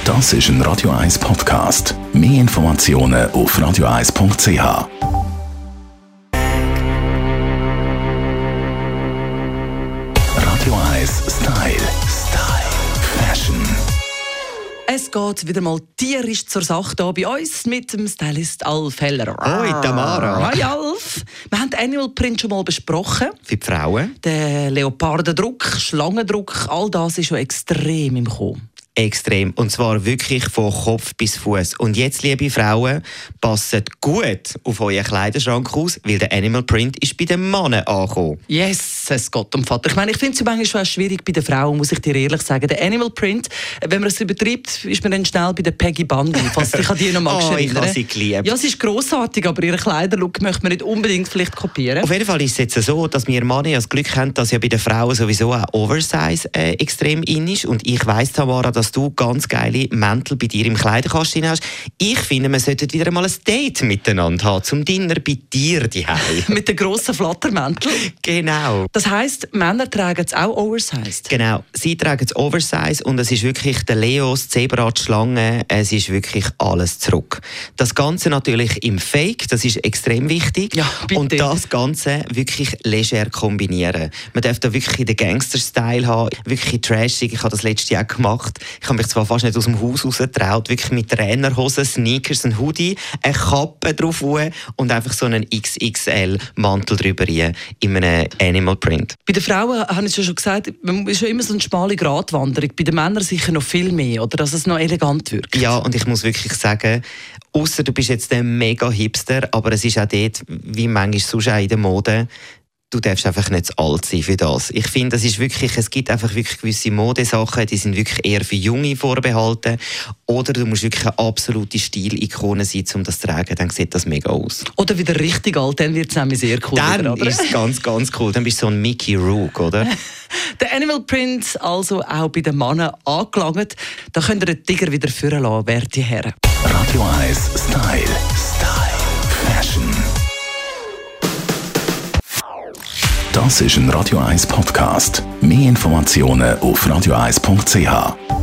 Das ist ein Radio 1 Podcast. Mehr Informationen auf radio1.ch. Radio 1 Style. Fashion. Es geht wieder mal tierisch zur Sache hier bei uns mit dem Stylist Alf Heller. Hoi Tamara. Hi Alf. Wir haben den Animal Print schon mal besprochen. Für die Frauen? Der Leopardendruck, Schlangendruck, all das ist schon extrem im Kommen. Extrem. Und zwar wirklich von Kopf bis Fuß. Und jetzt, liebe Frauen, passt gut auf euren Kleiderschrank aus, weil der Animal Print ist bei den Männern angekommen. Yes, es geht um Vater. Ich meine, ich finde es manchmal schon schwierig bei den Frauen, muss ich dir ehrlich sagen. Der Animal Print, wenn man es übertreibt, ist man dann schnell bei der Peggy Bundy. Falls ich an die noch magst erinnern. Ich habe sie geliebt. Ja, sie ist grossartig, aber ihren Kleiderlook möchte man nicht unbedingt vielleicht kopieren. Auf jeden Fall ist es jetzt so, dass wir Männer das Glück haben, dass ja bei den Frauen sowieso auch Oversize extrem in ist. Und ich weiss, Tamara, dass du ganz geile Mäntel bei dir im Kleiderkasten hast. Ich finde, wir sollten wieder mal ein Date miteinander haben, zum Dinner bei dir daheim. Mit den grossen Flattermänteln? Genau. Das heisst, Männer tragen es auch Oversized? Genau. Sie tragen es Oversize und es ist wirklich der Leos, Zebra, die Schlange, es ist wirklich alles zurück. Das Ganze natürlich im Fake, das ist extrem wichtig. Ja, bitte. Und das Ganze wirklich leger kombinieren. Man darf da wirklich den Gangster-Style haben, wirklich trashig. Ich habe das letztes Jahr gemacht. Ich habe mich zwar fast nicht aus dem Haus rausgetraut, wirklich mit Trainerhosen, Sneakers, ein Hoodie, eine Kappe drauf und einfach so einen XXL-Mantel drüber in einem Animal Print. Bei den Frauen, habe ich schon gesagt, man ist schon immer so eine schmale Gratwanderung. Bei den Männern sicher noch viel mehr, oder dass es noch elegant wirkt. Ja, und ich muss wirklich sagen, ausser du bist jetzt ein mega Hipster, aber es ist auch dort, wie manchmal sonst auch in der Mode, du darfst einfach nicht zu alt sein für das. Ich finde, es gibt einfach wirklich gewisse Modesachen, die sind wirklich eher für Junge vorbehalten. Oder du musst wirklich eine absolute Stilikone sein, um das zu tragen. Dann sieht das mega aus. Oder wieder richtig alt, dann wird es nämlich sehr cool. Dann ist es ganz, ganz cool. Dann bist du so ein Mickey Rourke, oder? Der Animal Print also auch bei den Männern angelangt. Da könnt ihr den Tiger wieder führen lassen, werte Herren. Radio 1 Style. Fashion. Das ist ein Radio 1 Podcast. Mehr Informationen auf radio1.ch.